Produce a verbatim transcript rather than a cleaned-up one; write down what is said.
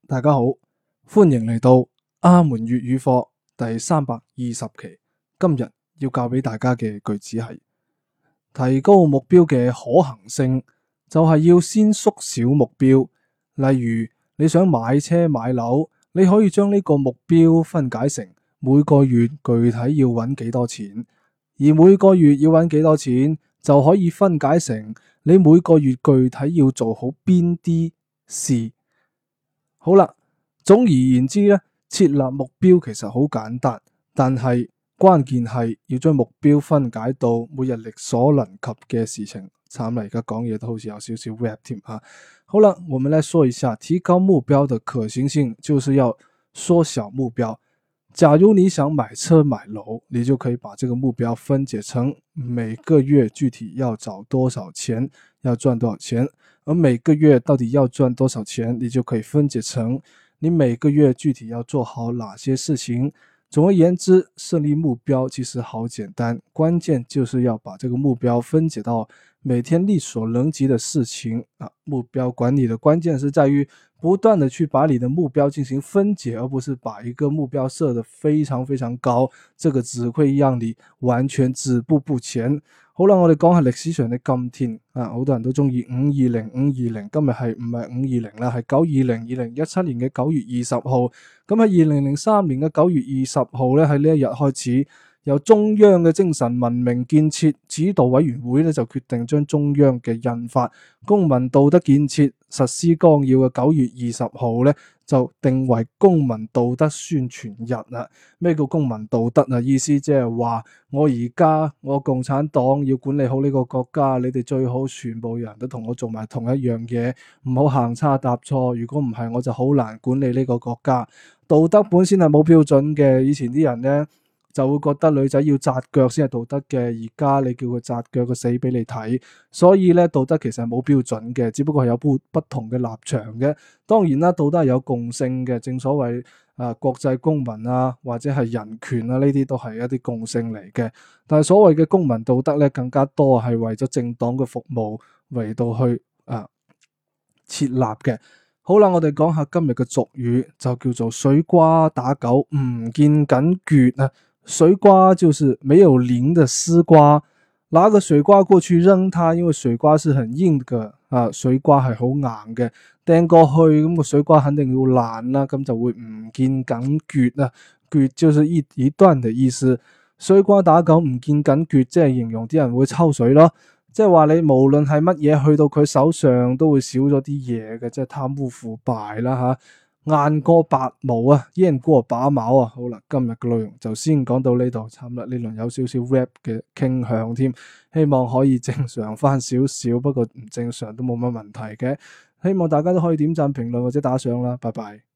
大家好，歡迎嚟到阿門粵語課第三百二十期。今日要教俾大家嘅句子係：提高目標嘅可行性，就係要先縮小目標。例如你想買車買樓，你可以將呢個目標分解成每個月具體要揾幾多錢，而每個月要揾幾多錢就可以分解成你每個月具體要做好邊啲事。好啦，總而言之咧，設立目標其實好簡單，但係關鍵係要將目標分解到每日力所能及嘅事情。慘啦，而家講嘢都好似有少少 rap 添吓。好啦，我們來說一下提高目標的可行性，就是要縮小目標。假如你想買車買樓，你就可以把這個目標分解成每個月具體要找多少錢，要賺多少錢，而每個月到底要賺多少錢，你就可以分解成你每個月具體要做好哪些事情。總而言之，設立目標其實好簡單，關鍵就是要把這個目標分解到每天力所能及的事情啊。目標管理的關鍵是在於不斷的去把你的目標進行分解，而不是把一個目標設得非常非常高，這個只會讓你完全止步不前。好啦，我哋講下歷史上嘅今天啊，好多人都中意五二零五二零，今日係唔係五二零啦，係九二零二零一七年嘅九月二十號。咁喺二零零三年嘅九月二十號咧，喺呢一日開始，由中央嘅精神文明建設指導委員會咧就決定將中央嘅印發《公民道德建設實施綱要》嘅九月二十號咧就定為公民道德宣傳日啦。咩叫公民道德啊？意思即係話我而家我共產黨要管理好呢個國家，你哋最好全部人都同我做埋同一樣嘢，唔好行差踏錯。如果唔係，我就好難管理呢個國家。道德本身係冇標準嘅，以前啲人咧就會覺得女仔要紮腳先係道德嘅，而家你叫佢紮腳，佢死俾你睇。所以咧，道德其實係冇標準嘅，只不過係有不不同嘅立場嘅。當然啦，道德係有共性嘅，正所謂啊、呃、國際公民啊，或者係人權啊，呢啲都係一啲共性嚟嘅。但係所謂嘅公民道德咧，更加多係為咗政黨嘅服務嚟到去啊、呃、設立嘅。好啦，我哋講下今日嘅俗語，就叫做水瓜打狗唔見緊橛啊。水瓜就是沒有鱗的絲瓜，拿個水瓜過去扔它，因為水瓜是很硬嘅啊，水瓜係好硬嘅，掟過去咁個水瓜肯定要爛啦，咁就會唔見緊橛啊。橛就是一一段嘅意思。水瓜打狗唔見緊橛，即係形容啲人會抽水咯。即係話你無論係乜嘢去到佢手上都會少咗啲嘢嘅，即係貪污腐敗啦吓，雁過拔毛啊，雁過拔毛啊。好啦，今日嘅內容就先講到呢度，差唔多呢輪有少少 rap 嘅傾向添，希望可以正常翻少少，不過唔正常都冇乜問題嘅，希望大家都可以點讚評論或者打賞啦，拜拜。